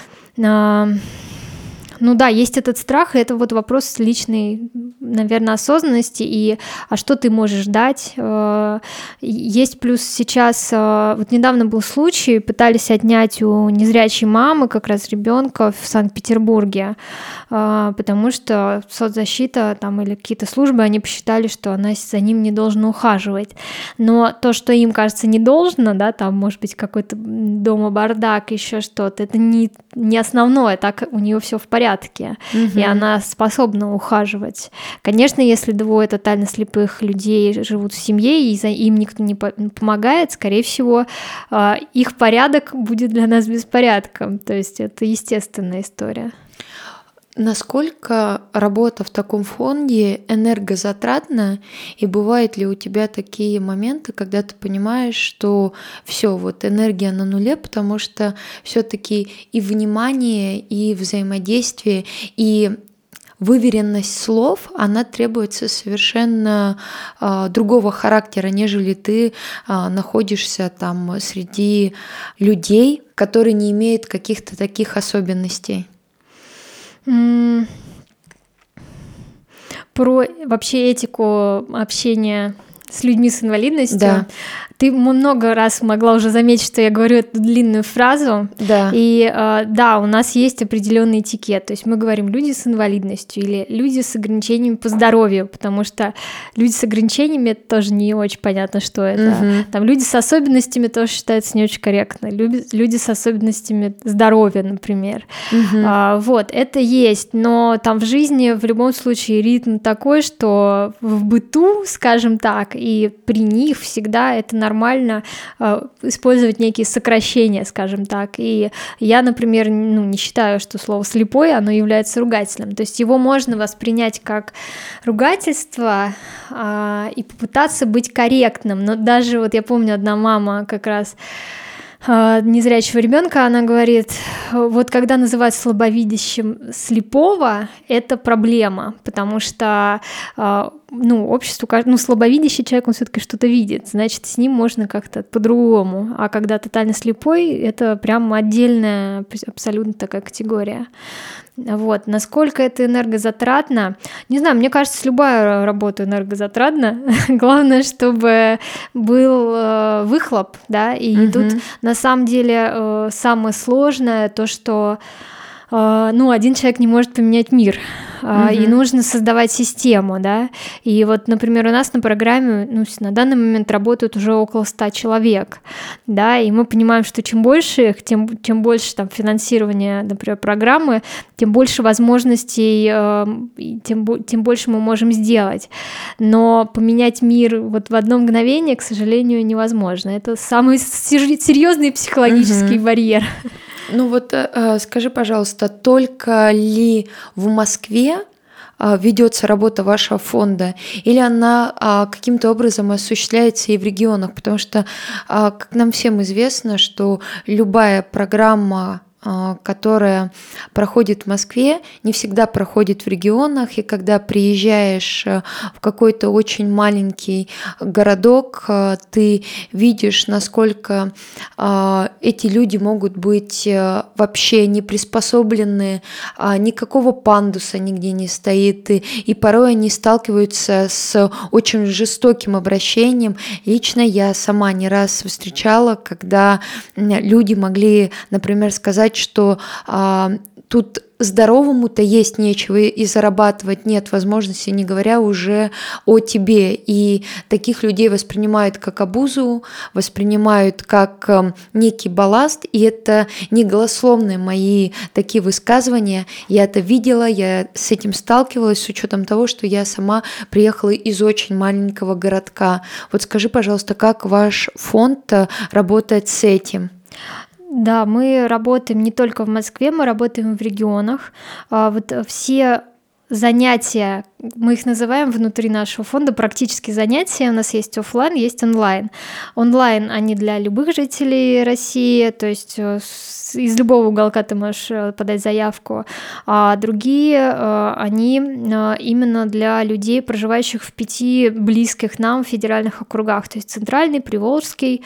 есть этот страх, и это вопрос личной, наверное, осознанности, а что ты можешь дать. Есть плюс сейчас, недавно был случай, пытались отнять у незрячей мамы как раз ребенка в Санкт-Петербурге, потому что соцзащита или какие-то службы, они посчитали, что она за ним не должна ухаживать. Но то, что им кажется не должно, да, там может быть какой-то дома бардак, еще что-то, это не основное, так у нее все в порядке. И она способна ухаживать. Конечно, если двое тотально слепых людей живут в семье, и им никто не помогает, скорее всего, их порядок будет для нас беспорядком. То есть это естественная история. Насколько работа в таком фонде энергозатратна, и бывают ли у тебя такие моменты, когда ты понимаешь, что все, энергия на нуле, потому что все-таки и внимание, и взаимодействие, и выверенность слов, она требуется совершенно другого характера, нежели ты находишься среди людей, которые не имеют каких-то таких особенностей. Про вообще этику общения с людьми с инвалидностью. Да. Ты много раз могла уже заметить, что я говорю эту длинную фразу. Да. И да, у нас есть определенный этикет. То есть мы говорим люди с инвалидностью или люди с ограничениями по здоровью, потому что люди с ограничениями — это тоже не очень понятно, что это. Там люди с особенностями тоже считается не очень корректно. Люди с особенностями здоровья, например. Это есть. Но там в жизни в любом случае ритм такой, что в быту, скажем так, и при них всегда это нормально использовать некие сокращения, скажем так. И я, например, не считаю, что слово «слепой», оно является ругательным. То есть его можно воспринять как ругательство и попытаться быть корректным. Но даже я помню, одна мама как раз незрячего ребенка, она говорит, когда называют слабовидящим слепого, это проблема, потому что обществу, слабовидящий человек, он все-таки что-то видит, значит, с ним можно как-то по-другому, а когда тотально слепой, это прям отдельная, абсолютно такая категория. Насколько это энергозатратно? Не знаю, мне кажется, любая работа энергозатратна. Главное, чтобы был выхлоп, да, и тут на самом деле самое сложное то, что один человек не может поменять мир, и нужно создавать систему, да, и вот, например, у нас на программе, на данный момент работают уже около 100 человек, да, и мы понимаем, что чем больше их, тем больше там финансирования, например, программы, тем больше возможностей, тем больше мы можем сделать, но поменять мир вот в одно мгновение, к сожалению, невозможно, это самый серьезный психологический барьер. Скажи, пожалуйста, только ли в Москве ведется работа вашего фонда, или она каким-то образом осуществляется и в регионах? Потому что, как нам всем известно, что любая программа, которая проходит в Москве, не всегда проходит в регионах, и когда приезжаешь в какой-то очень маленький городок, ты видишь, насколько эти люди могут быть вообще не приспособлены, никакого пандуса нигде не стоит, и порой они сталкиваются с очень жестоким обращением. Лично я сама не раз встречала, когда люди могли, например, сказать, что тут здоровому-то есть нечего и зарабатывать нет возможности, не говоря уже о тебе. И таких людей воспринимают как обузу, воспринимают как некий балласт, и это не голословные мои такие высказывания. Я это видела, я с этим сталкивалась, с учетом того, что я сама приехала из очень маленького городка. Вот скажи, пожалуйста, как ваш фонд работает с этим? Да, мы работаем не только в Москве, мы работаем в регионах. Вот все занятия, мы их называем внутри нашего фонда практические занятия. У нас есть офлайн, есть онлайн. Онлайн они для любых жителей России, то есть из любого уголка ты можешь подать заявку, а другие, они именно для людей, проживающих в 5 близких нам федеральных округах, то есть Центральный, Приволжский,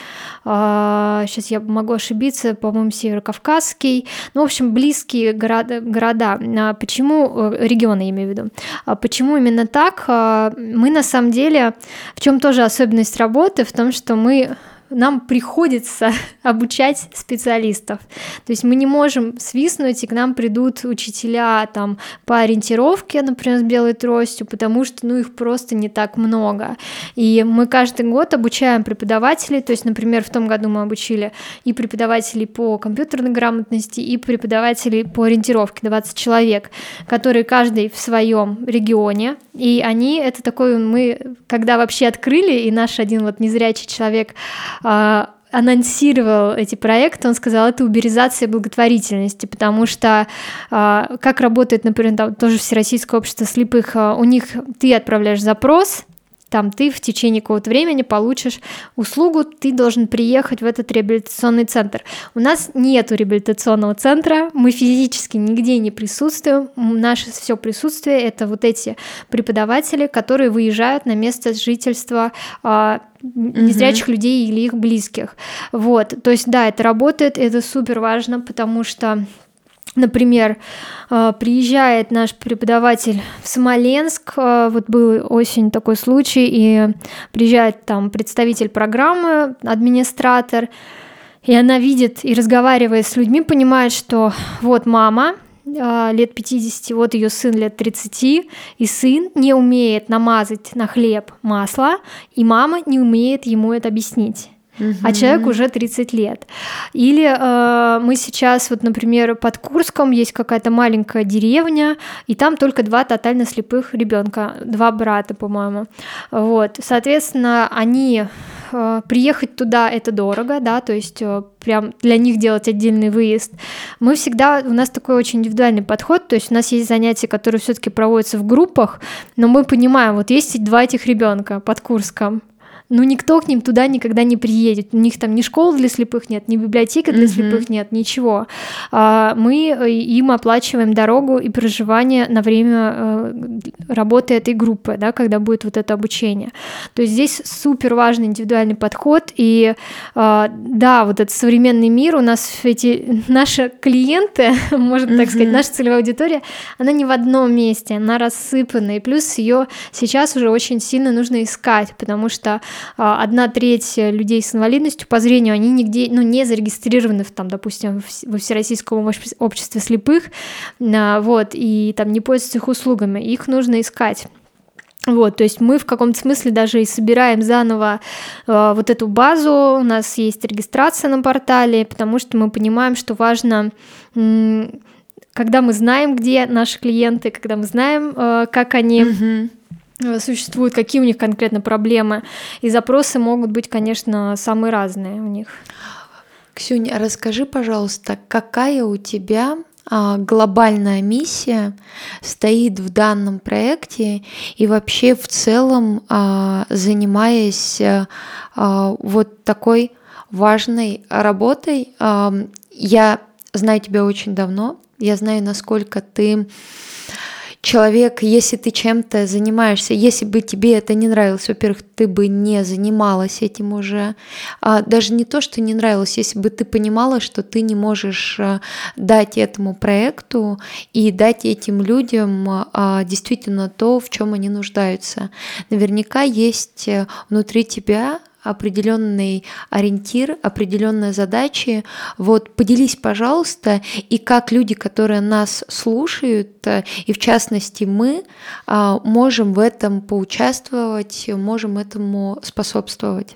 сейчас я могу ошибиться, по-моему, Северокавказский, в общем, близкие города. Почему регионы, я имею в виду? Почему именно так? Мы на самом деле, в чем тоже особенность работы, в том, что нам приходится обучать специалистов. То есть мы не можем свистнуть, и к нам придут учителя там, по ориентировке, например, с белой тростью, потому что их просто не так много. И мы каждый год обучаем преподавателей, то есть, например, в том году мы обучили и преподавателей по компьютерной грамотности, и преподавателей по ориентировке, 20 человек, которые каждый в своем регионе, и они, это такой, мы когда вообще открыли, и наш один незрячий человек анонсировал эти проекты, он сказал, это уберизация благотворительности, потому что как работает, например, там, тоже Всероссийское общество слепых, у них ты отправляешь запрос, там ты в течение какого-то времени получишь услугу, ты должен приехать в этот реабилитационный центр. У нас нету реабилитационного центра, мы физически нигде не присутствуем, наше все присутствие — это эти преподаватели, которые выезжают на место жительства незрячих людей или их близких. То есть, да, это работает, это супер важно, потому что, например, приезжает наш преподаватель в Смоленск, был осень такой случай, и приезжает там представитель программы, администратор, и она видит и разговаривает с людьми, понимает, что мама лет 50, ее сын лет 30, и сын не умеет намазать на хлеб масло, и мама не умеет ему это объяснить. А человеку уже 30 лет. Или мы сейчас, например, под Курском есть какая-то маленькая деревня, и там только 2 тотально слепых ребенка, 2 брата, по-моему. Соответственно, они приехать туда это дорого, да, то есть прям для них делать отдельный выезд. У нас такой очень индивидуальный подход, то есть у нас есть занятия, которые все-таки проводятся в группах, но мы понимаем, есть 2 этих ребенка под Курском, никто к ним туда никогда не приедет. У них там ни школы для слепых нет, ни библиотеки для слепых нет, ничего. Мы им оплачиваем дорогу и проживание на время работы этой группы, да, когда будет это обучение. То есть здесь супер важный индивидуальный подход. И да, этот современный мир, у нас наши клиенты, можно так сказать, наша целевая аудитория, она не в одном месте, она рассыпана. И плюс ее сейчас уже очень сильно нужно искать, потому что 1/3 людей с инвалидностью по зрению, они нигде, не зарегистрированы, там, допустим, во Всероссийском обществе слепых, вот, и там не пользуются их услугами, их нужно искать. Вот, то есть мы в каком-то смысле даже и собираем заново вот эту базу, у нас есть регистрация на портале, потому что мы понимаем, что важно, когда мы знаем, где наши клиенты, когда мы знаем, как они существуют, какие у них конкретно проблемы, и запросы могут быть, конечно, самые разные у них. Ксюня, расскажи, пожалуйста, какая у тебя глобальная миссия стоит в данном проекте и вообще в целом занимаясь вот такой важной работой. Я знаю тебя очень давно, я знаю, насколько ты человек, если ты чем-то занимаешься, если бы тебе это не нравилось, во-первых, ты бы не занималась этим уже, даже не то, что не нравилось, если бы ты понимала, что ты не можешь дать этому проекту и дать этим людям действительно то, в чем они нуждаются. Наверняка есть внутри тебя определенный ориентир, определенные задачи. Вот поделись, пожалуйста, и как люди, которые нас слушают, и в частности мы, можем в этом поучаствовать, можем этому способствовать.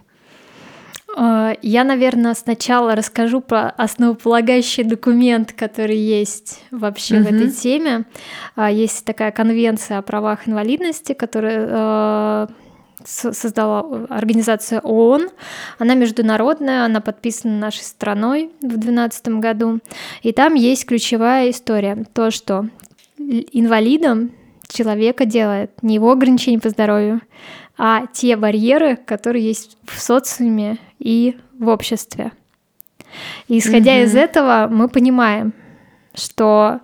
Я, наверное, сначала расскажу про основополагающий документ, который есть вообще в этой теме. Есть такая конвенция о правах инвалидности, которая создала организация ООН. Она международная, она подписана нашей страной в 2012 году. И там есть ключевая история. То, что инвалидом человека делает не его ограничения по здоровью, а те барьеры, которые есть в социуме и в обществе. И исходя из этого мы понимаем, что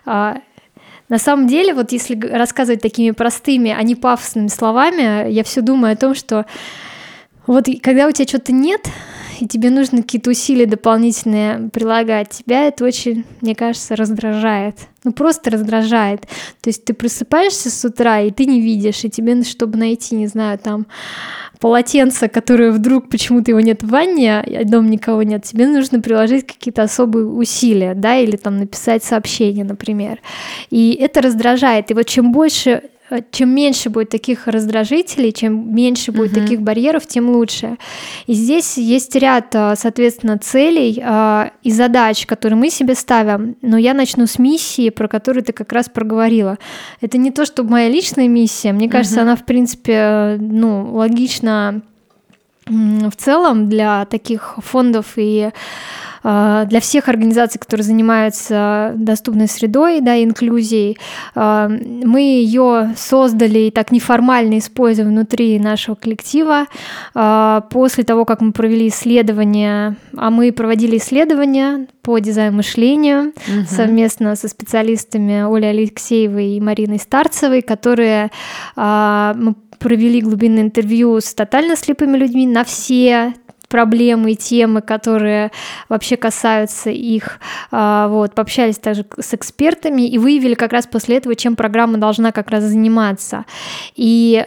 на самом деле, вот если рассказывать такими простыми, а не пафосными словами, я все думаю о том, что вот когда у тебя что-то нет, и тебе нужно какие-то усилия дополнительные прилагать, тебя это очень, мне кажется, раздражает. Просто раздражает. То есть ты просыпаешься с утра, и ты не видишь, и тебе, чтобы найти, не знаю, там, полотенце, которое вдруг почему-то его нет в ванне, а дома никого нет, тебе нужно приложить какие-то особые усилия, да, или там написать сообщение, например. И это раздражает. И вот чем меньше будет таких раздражителей, чем меньше будет таких барьеров, тем лучше. И здесь есть ряд, соответственно, целей и задач, которые мы себе ставим. Но я начну с миссии, про которую ты как раз проговорила. Это не то, чтобы моя личная миссия. Мне кажется, она, в принципе, логична в целом для таких фондов и для всех организаций, которые занимаются доступной средой, да, инклюзией. Мы ее создали и так неформально используем внутри нашего коллектива. После того, как мы провели исследования, мы проводили исследования по дизайн-мышлению совместно со специалистами Олей Алексеевой и Мариной Старцевой, которые мы провели глубинное интервью с тотально слепыми людьми на все проблемы и темы, которые вообще касаются их. Пообщались также с экспертами и выявили как раз после этого, чем программа должна как раз заниматься. И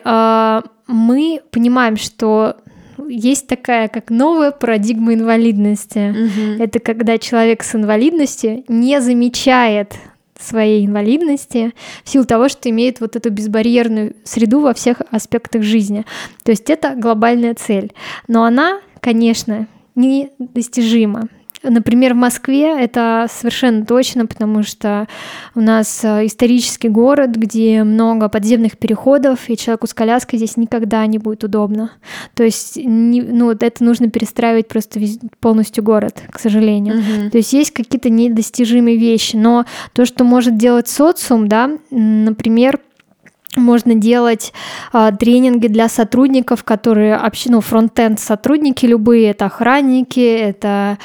мы понимаем, что есть такая, как новая парадигма инвалидности. Это когда человек с инвалидностью не замечает своей инвалидности в силу того, что имеет вот эту безбарьерную среду во всех аспектах жизни. То есть это глобальная цель. Но она, конечно, недостижима. Например, в Москве это совершенно точно, потому что у нас исторический город, где много подземных переходов, и человеку с коляской здесь никогда не будет удобно. То есть это нужно перестраивать просто полностью город, к сожалению. То есть есть какие-то недостижимые вещи, но то, что может делать социум, да, например, можно делать тренинги для сотрудников, которые фронт-энд сотрудники любые, это охранники, это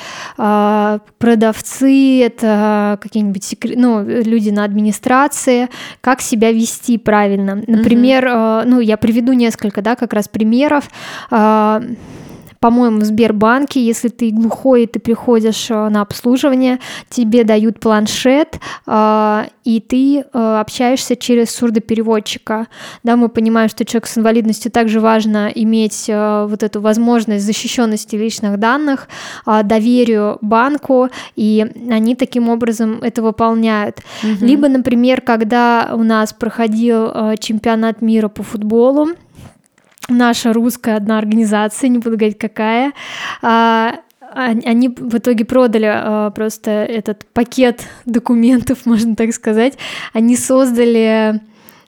продавцы, это какие-нибудь люди на администрации, как себя вести правильно. Например, я приведу несколько, да, как раз примеров. По-моему, в Сбербанке, если ты глухой и ты приходишь на обслуживание, тебе дают планшет, и ты общаешься через сурдопереводчика. Да, мы понимаем, что человеку с инвалидностью также важно иметь вот эту возможность защищенности личных данных, доверию банку, и они таким образом это выполняют. Либо, например, когда у нас проходил чемпионат мира по футболу, наша русская одна организация, не буду говорить какая, они в итоге продали просто этот пакет документов, можно так сказать. Они создали,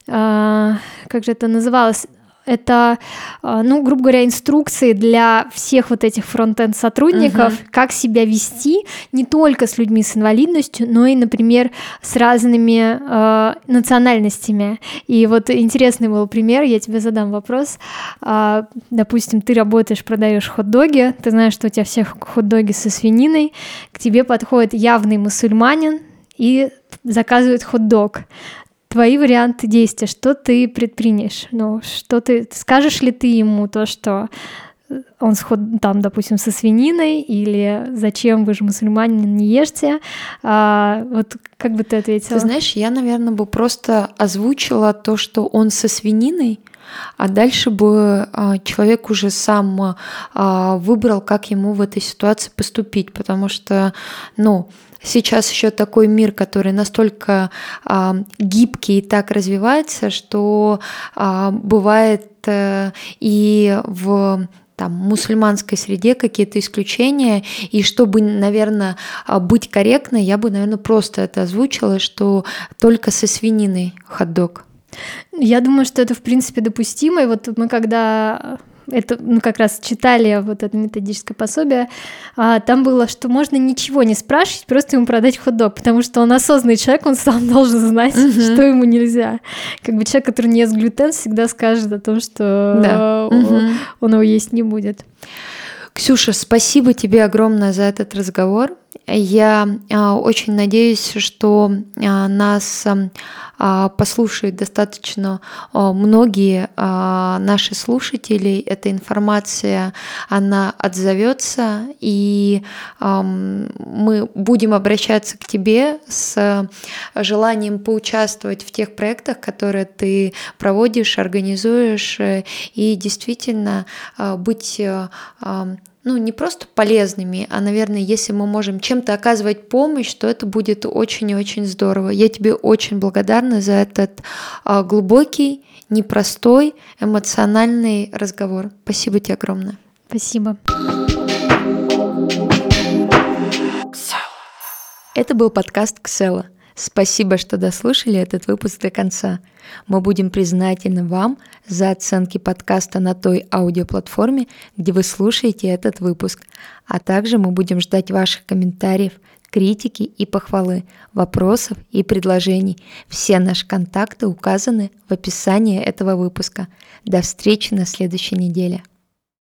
как же это называлось? Это, грубо говоря, инструкции для всех вот этих фронт-энд сотрудников, как себя вести не только с людьми с инвалидностью, но и, например, с разными национальностями. И вот интересный был пример, я тебе задам вопрос. Допустим, ты работаешь, продаешь хот-доги, ты знаешь, что у тебя все хот-доги со свининой, к тебе подходит явный мусульманин и заказывает хот-дог. Твои варианты действия, что ты предпринешь? Скажешь ли ты ему то, что он там, допустим, со свининой, или зачем, вы же мусульмане, не ешьте? Вот как бы ты ответила? Ты знаешь, я, наверное, бы просто озвучила то, что он со свининой, а дальше бы человек уже сам выбрал, как ему в этой ситуации поступить, потому что, сейчас еще такой мир, который настолько гибкий и так развивается, что бывает и в мусульманской среде какие-то исключения, и чтобы, наверное, быть корректной, я бы, наверное, просто это озвучила, что только со свининой хот-дог. Я думаю, что это, в принципе, допустимо, и вот мы когда это как раз читали вот это методическое пособие, там было, что можно ничего не спрашивать, просто ему продать хот-дог, потому что он осознанный человек, он сам должен знать, что ему нельзя. Как бы человек, который не ест глютен, всегда скажет о том, что он его есть не будет. Ксюша, спасибо тебе огромное за этот разговор. Я очень надеюсь, что нас послушают достаточно многие наши слушатели. Эта информация, она отзовется, и мы будем обращаться к тебе с желанием поучаствовать в тех проектах, которые ты проводишь, организуешь, и действительно быть не просто полезными, а, наверное, если мы можем чем-то оказывать помощь, то это будет очень и очень здорово. Я тебе очень благодарна за этот глубокий, непростой, эмоциональный разговор. Спасибо тебе огромное. Спасибо. Это был подкаст «Ксела». Спасибо, что дослушали этот выпуск до конца. Мы будем признательны вам за оценки подкаста на той аудиоплатформе, где вы слушаете этот выпуск. А также мы будем ждать ваших комментариев, критики и похвалы, вопросов и предложений. Все наши контакты указаны в описании этого выпуска. До встречи на следующей неделе.